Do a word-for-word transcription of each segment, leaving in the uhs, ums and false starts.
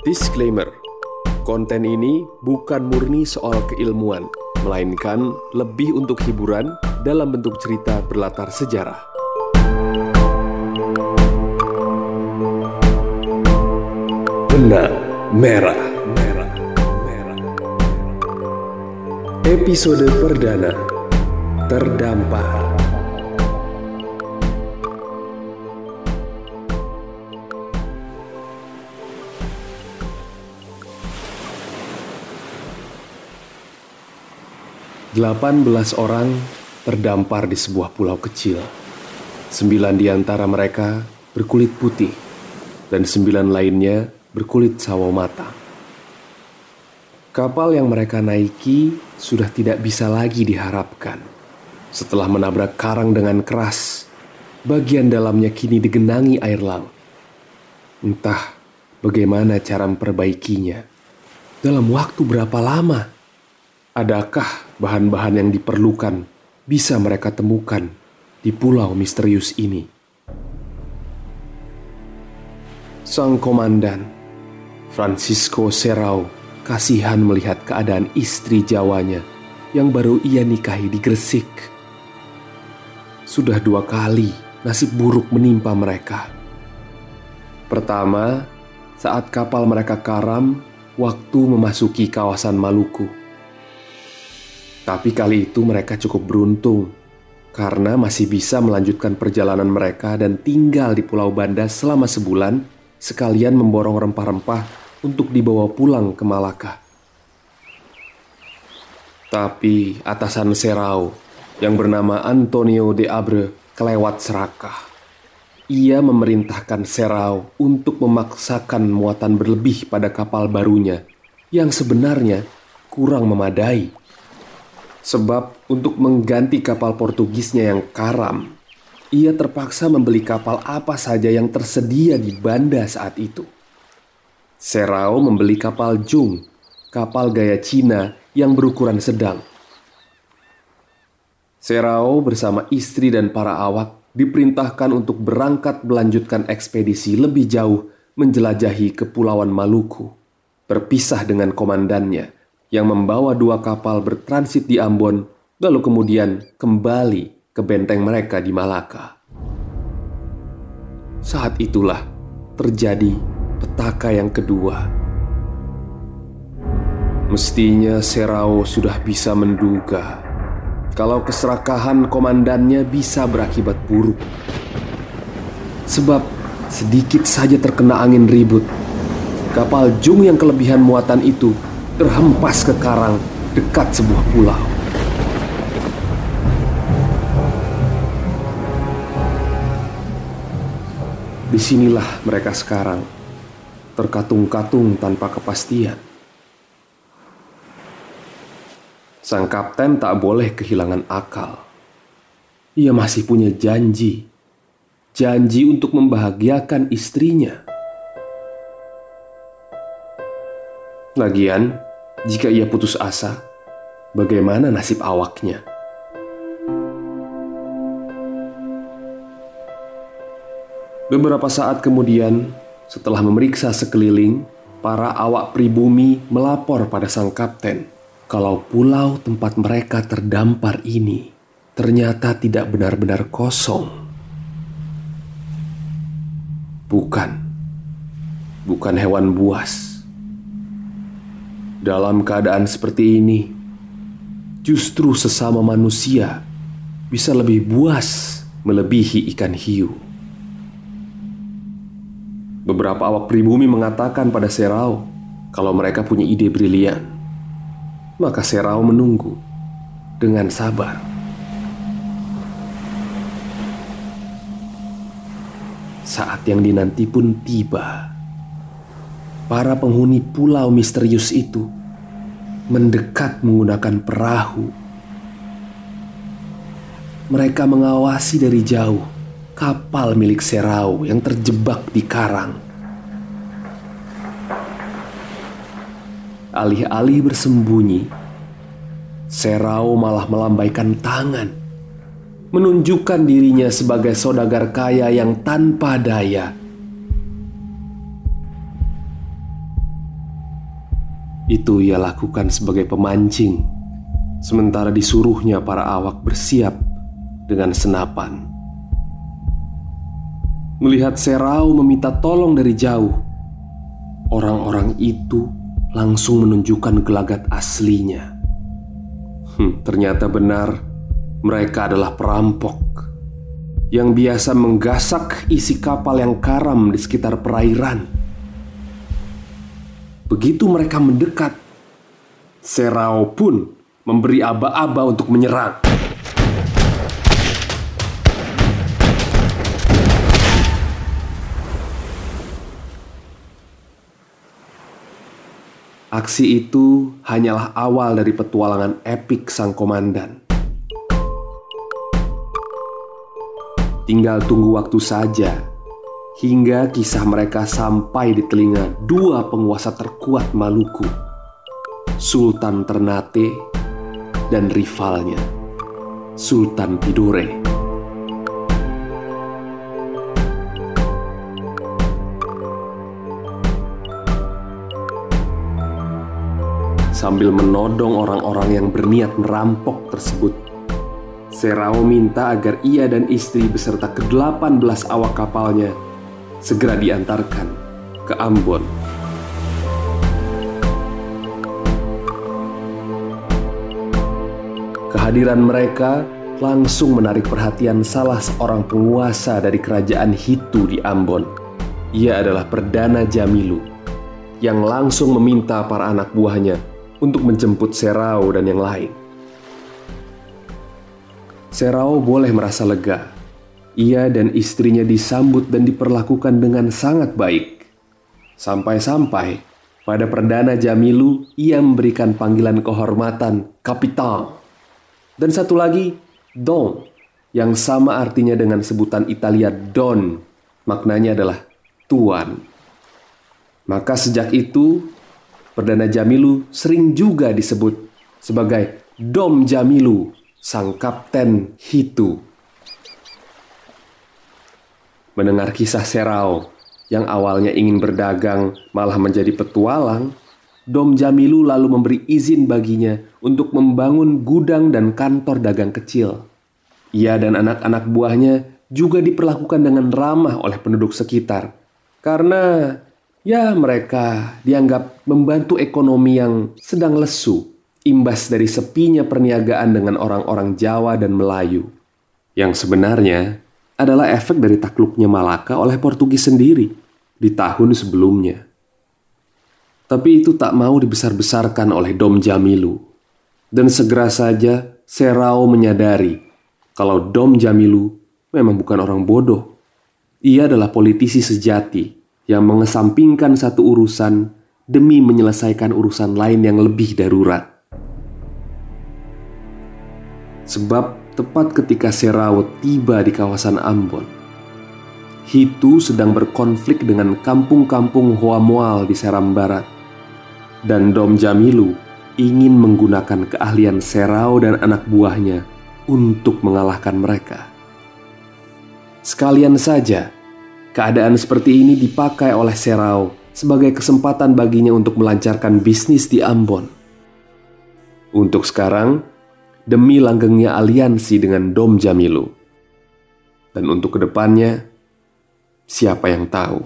Disclaimer, konten ini bukan murni soal keilmuan, melainkan lebih untuk hiburan dalam bentuk cerita berlatar sejarah. Benang Merah, Merah, Merah. Episode perdana, Terdampar. Delapan belas orang terdampar di sebuah pulau kecil. Sembilan di antara mereka berkulit putih, dan sembilan lainnya berkulit sawo matang. Kapal yang mereka naiki sudah tidak bisa lagi diharapkan. Setelah menabrak karang dengan keras, bagian dalamnya kini digenangi air laut. Entah bagaimana cara memperbaikinya. Dalam waktu berapa lama? Adakah bahan-bahan yang diperlukan bisa mereka temukan di pulau misterius ini? Sang komandan, Francisco Serrao, kasihan melihat keadaan istri Jawanya yang baru ia nikahi di Gresik. Sudah dua kali nasib buruk menimpa mereka. Pertama, saat kapal mereka karam waktu memasuki kawasan Maluku. Tapi kali itu mereka cukup beruntung karena masih bisa melanjutkan perjalanan mereka dan tinggal di Pulau Banda selama sebulan, sekalian memborong rempah-rempah untuk dibawa pulang ke Malaka. Tapi atasan Serrao yang bernama Antonio de Abre kelewat serakah. Ia memerintahkan Serrao untuk memaksakan muatan berlebih pada kapal barunya yang sebenarnya kurang memadai. Sebab untuk mengganti kapal Portugisnya yang karam, ia terpaksa membeli kapal apa saja yang tersedia di Banda saat itu. Serrao membeli kapal Jung, kapal gaya Cina yang berukuran sedang. Serrao bersama istri dan para awak diperintahkan untuk berangkat melanjutkan ekspedisi lebih jauh menjelajahi Kepulauan Maluku, berpisah dengan komandannya yang membawa dua kapal bertransit di Ambon, lalu kemudian kembali ke benteng mereka di Malaka. Saat itulah terjadi petaka yang kedua. Mestinya Serrao sudah bisa menduga kalau keserakahan komandannya bisa berakibat buruk. Sebab sedikit saja terkena angin ribut, kapal Jung yang kelebihan muatan itu terhempas ke karang dekat sebuah pulau. Disinilah mereka sekarang, terkatung-katung tanpa kepastian. Sang kapten tak boleh kehilangan akal. Ia masih punya janji, janji untuk membahagiakan istrinya. Lagian, jika ia putus asa, bagaimana nasib awaknya? Beberapa saat kemudian, setelah memeriksa sekeliling, para awak pribumi melapor pada sang kapten kalau pulau tempat mereka terdampar ini ternyata tidak benar-benar kosong. Bukan, bukan hewan buas. Dalam keadaan seperti ini, justru sesama manusia bisa lebih buas melebihi ikan hiu. Beberapa awak pribumi mengatakan pada Serrao kalau mereka punya ide brilian. Maka Serrao menunggu dengan sabar. Saat yang dinanti pun tiba. Para penghuni pulau misterius itu mendekat menggunakan perahu. Mereka mengawasi dari jauh kapal milik Serrao yang terjebak di karang. Alih-alih bersembunyi, Serrao malah melambaikan tangan, menunjukkan dirinya sebagai saudagar kaya yang tanpa daya. Itu ia lakukan sebagai pemancing, sementara disuruhnya para awak bersiap dengan senapan. Melihat Serau meminta tolong dari jauh, orang-orang itu langsung menunjukkan gelagat aslinya. Hmm, ternyata benar, mereka adalah perampok yang biasa menggasak isi kapal yang karam di sekitar perairan. Begitu mereka mendekat, Serau pun memberi aba-aba untuk menyerang. Aksi itu hanyalah awal dari petualangan epik sang komandan. Tinggal tunggu waktu saja hingga kisah mereka sampai di telinga dua penguasa terkuat Maluku, Sultan Ternate dan rivalnya, Sultan Tidore. Sambil menodong orang-orang yang berniat merampok tersebut, Serau minta agar ia dan istri beserta kedelapan belas awak kapalnya segera diantarkan ke Ambon. Kehadiran mereka langsung menarik perhatian salah seorang penguasa dari kerajaan Hitu di Ambon. Ia adalah Perdana Jamilu, yang langsung meminta para anak buahnya untuk menjemput Serau dan yang lain. Serau boleh merasa lega. Ia dan istrinya disambut dan diperlakukan dengan sangat baik. Sampai-sampai pada Perdana Jamilu ia memberikan panggilan kehormatan Kapitan. Dan satu lagi, Don, yang sama artinya dengan sebutan Italia Don. Maknanya adalah tuan. Maka sejak itu Perdana Jamilu sering juga disebut sebagai Dom Jamilu, sang kapten Hitu. Mendengar kisah Serau yang awalnya ingin berdagang malah menjadi petualang, Dom Jamilu lalu memberi izin baginya untuk membangun gudang dan kantor dagang kecil. Ia dan anak-anak buahnya juga diperlakukan dengan ramah oleh penduduk sekitar, karena ya, mereka dianggap membantu ekonomi yang sedang lesu, imbas dari sepinya perniagaan dengan orang-orang Jawa dan Melayu, yang sebenarnya adalah efek dari takluknya Malaka oleh Portugis sendiri di tahun sebelumnya. Tapi itu tak mau dibesar-besarkan oleh Dom Jamilu, dan segera saja Serau menyadari kalau Dom Jamilu memang bukan orang bodoh. Ia adalah politisi sejati yang mengesampingkan satu urusan demi menyelesaikan urusan lain yang lebih darurat. Sebab tepat ketika Serau tiba di kawasan Ambon, Hitu sedang berkonflik dengan kampung-kampung Hoa Moal di Seram Barat, dan Dom Jamilu ingin menggunakan keahlian Serau dan anak buahnya untuk mengalahkan mereka. Sekalian saja keadaan seperti ini dipakai oleh Serau sebagai kesempatan baginya untuk melancarkan bisnis di Ambon. Untuk sekarang, demi langgengnya aliansi dengan Dom Jamilu. Dan untuk kedepannya, siapa yang tahu?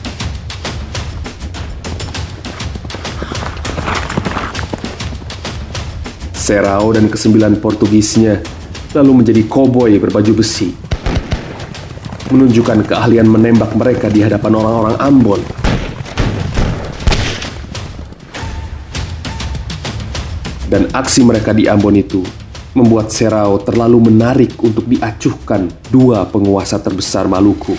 Serau dan kesembilan Portugisnya lalu menjadi koboi berbaju besi, menunjukkan keahlian menembak mereka di hadapan orang-orang Ambon. Dan aksi mereka di Ambon itu membuat Serau terlalu menarik untuk diacuhkan dua penguasa terbesar Maluku.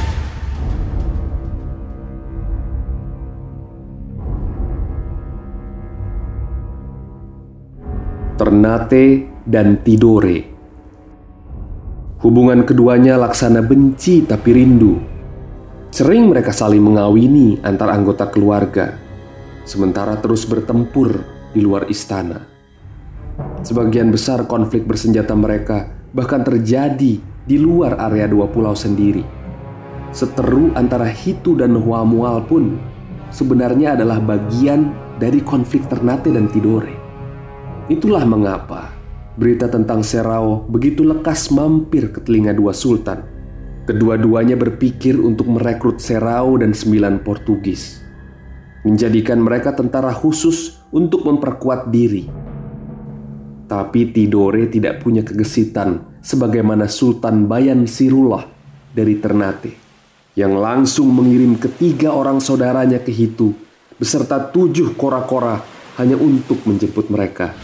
Ternate dan Tidore. Hubungan keduanya laksana benci tapi rindu. Sering mereka saling mengawini antar anggota keluarga, sementara terus bertempur di luar istana. Sebagian besar konflik bersenjata mereka bahkan terjadi di luar area dua pulau sendiri. Seteru antara Hitu dan Hoa Moal pun sebenarnya adalah bagian dari konflik Ternate dan Tidore. Itulah mengapa berita tentang Serau begitu lekas mampir ke telinga dua sultan. Kedua-duanya berpikir untuk merekrut Serau dan sembilan Portugis, menjadikan mereka tentara khusus untuk memperkuat diri. Tapi Tidore tidak punya kegesitan sebagaimana Sultan Bayan Sirullah dari Ternate, yang langsung mengirim ketiga orang saudaranya ke Hitu beserta tujuh kora-kora hanya untuk menjemput mereka.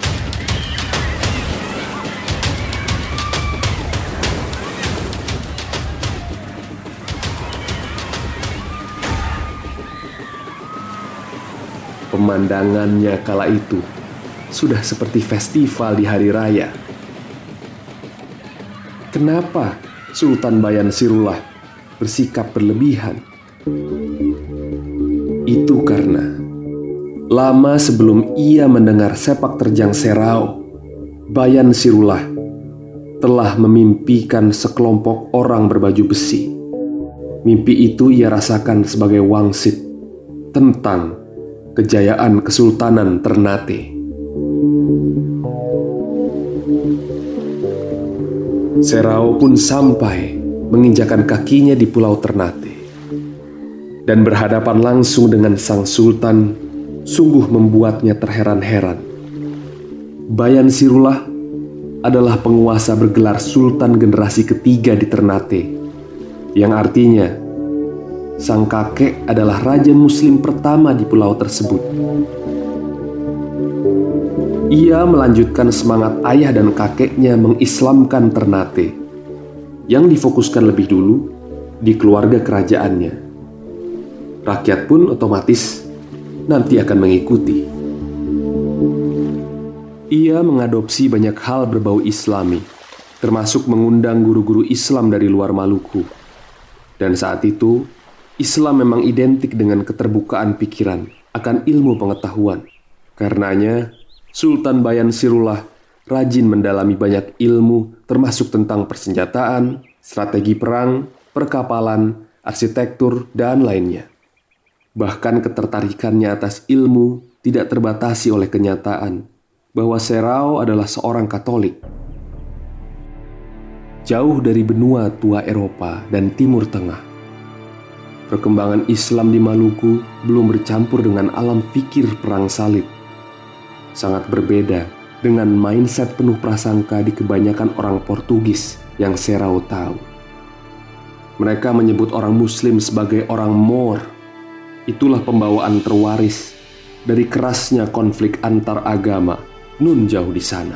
Pemandangannya kala itu sudah seperti festival di hari raya. Kenapa Sultan Bayan Sirullah bersikap berlebihan? Itu karena lama sebelum ia mendengar sepak terjang Serau, Bayan Sirullah telah memimpikan sekelompok orang berbaju besi. Mimpi itu ia rasakan sebagai wangsit tentang kejayaan Kesultanan Ternate. Serau pun sampai menginjakan kakinya di Pulau Ternate dan berhadapan langsung dengan sang sultan sungguh membuatnya terheran-heran. Bayan Sirullah adalah penguasa bergelar sultan generasi ketiga di Ternate, yang artinya sang kakek adalah raja muslim pertama di pulau tersebut. Ia melanjutkan semangat ayah dan kakeknya mengislamkan Ternate, yang difokuskan lebih dulu di keluarga kerajaannya. Rakyat pun otomatis nanti akan mengikuti. Ia mengadopsi banyak hal berbau Islami, termasuk mengundang guru-guru Islam dari luar Maluku. Dan saat itu, Islam memang identik dengan keterbukaan pikiran akan ilmu pengetahuan. Karenanya, Sultan Bayan Sirullah rajin mendalami banyak ilmu termasuk tentang persenjataan, strategi perang, perkapalan, arsitektur, dan lainnya. Bahkan ketertarikannya atas ilmu tidak terbatasi oleh kenyataan bahwa Serau adalah seorang Katolik. Jauh dari benua tua Eropa dan Timur Tengah, perkembangan Islam di Maluku belum bercampur dengan alam pikir perang salib. Sangat berbeda dengan mindset penuh prasangka di kebanyakan orang Portugis yang Serau tahu. Mereka menyebut orang Muslim sebagai orang Moor. Itulah pembawaan terwaris dari kerasnya konflik antar agama nun jauh di sana.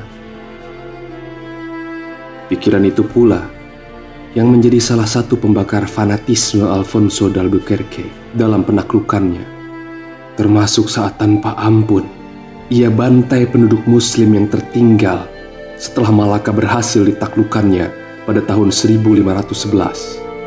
Pikiran itu pula yang menjadi salah satu pembakar fanatisme Alfonso de Albuquerque dalam penaklukannya, termasuk saat tanpa ampun ia bantai penduduk Muslim yang tertinggal setelah Malaka berhasil ditaklukkannya pada tahun seribu lima ratus sebelas.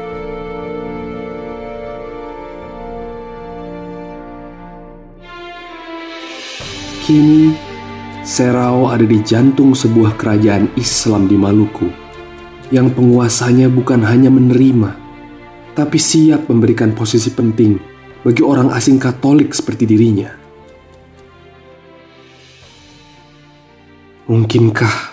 Kini, Serau ada di jantung sebuah kerajaan Islam di Maluku yang penguasanya bukan hanya menerima, tapi siap memberikan posisi penting bagi orang asing Katolik seperti dirinya. Mungkinkah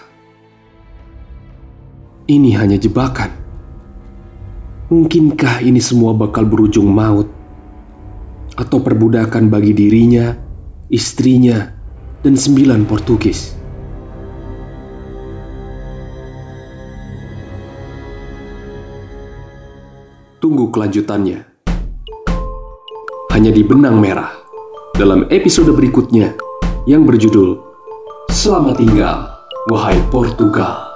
ini hanya jebakan? Mungkinkah ini semua bakal berujung maut atau perbudakan bagi dirinya, istrinya, dan sembilan Portugis? Tunggu kelanjutannya hanya di Benang Merah dalam episode berikutnya yang berjudul Selamat tinggal, wahai Portugal.